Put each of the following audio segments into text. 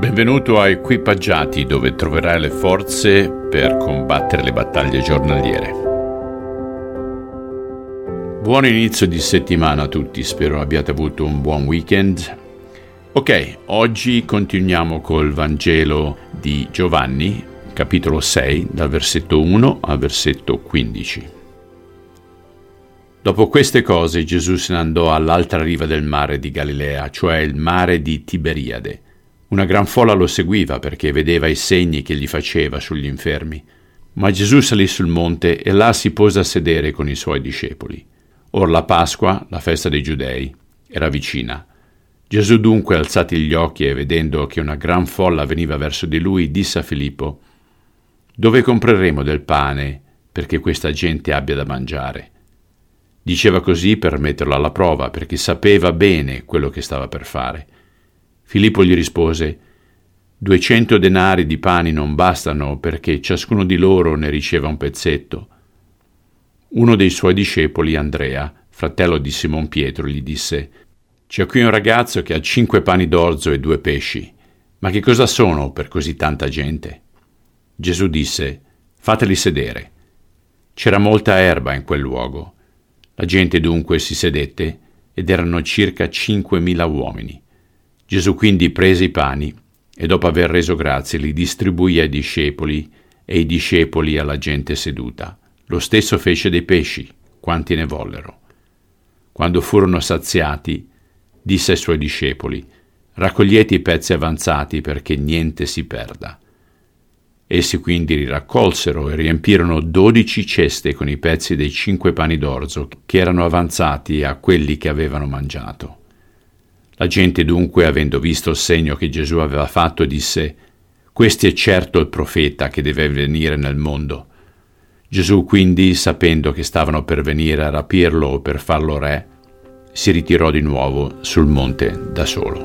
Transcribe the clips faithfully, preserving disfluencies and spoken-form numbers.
Benvenuto a Equipaggiati, dove troverai le forze per combattere le battaglie giornaliere. Buon inizio di settimana a tutti, spero abbiate avuto un buon weekend. Ok, oggi continuiamo col Vangelo di Giovanni, capitolo sei, dal versetto uno al versetto quindici. Dopo queste cose Gesù se ne andò all'altra riva del mare di Galilea, cioè il mare di Tiberiade. Una gran folla lo seguiva perché vedeva i segni che gli faceva sugli infermi. Ma Gesù salì sul monte e là si pose a sedere con i suoi discepoli. Or la Pasqua, la festa dei Giudei, era vicina. Gesù dunque, alzati gli occhi e vedendo che una gran folla veniva verso di lui, disse a Filippo: «Dove compreremo del pane perché questa gente abbia da mangiare?» Diceva così per metterlo alla prova, perché sapeva bene quello che stava per fare. Filippo gli rispose: «Duecento denari di pani non bastano perché ciascuno di loro ne riceva un pezzetto». Uno dei suoi discepoli, Andrea, fratello di Simon Pietro, gli disse: «C'è qui un ragazzo che ha cinque pani d'orzo e due pesci. Ma che cosa sono per così tanta gente?» Gesù disse: «Fateli sedere». C'era molta erba in quel luogo. La gente dunque si sedette ed erano circa cinquemila uomini. Gesù quindi prese i pani e dopo aver reso grazie li distribuì ai discepoli e i discepoli alla gente seduta. Lo stesso fece dei pesci, quanti ne vollero. Quando furono saziati, disse ai suoi discepoli: «Raccogliete i pezzi avanzati perché niente si perda». Essi quindi li raccolsero e riempirono dodici ceste con i pezzi dei cinque pani d'orzo che erano avanzati a quelli che avevano mangiato. La gente dunque, avendo visto il segno che Gesù aveva fatto, disse: «Questo è certo il profeta che deve venire nel mondo». Gesù quindi, sapendo che stavano per venire a rapirlo o per farlo re, si ritirò di nuovo sul monte da solo.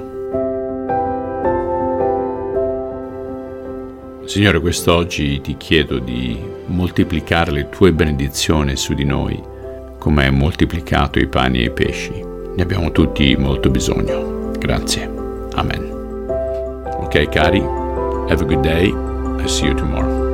Signore, quest'oggi ti chiedo di moltiplicare le tue benedizioni su di noi, come hai moltiplicato i pani e i pesci. Ne abbiamo tutti molto bisogno. Grazie. Amen. Ok, cari, have a good day. I see you tomorrow.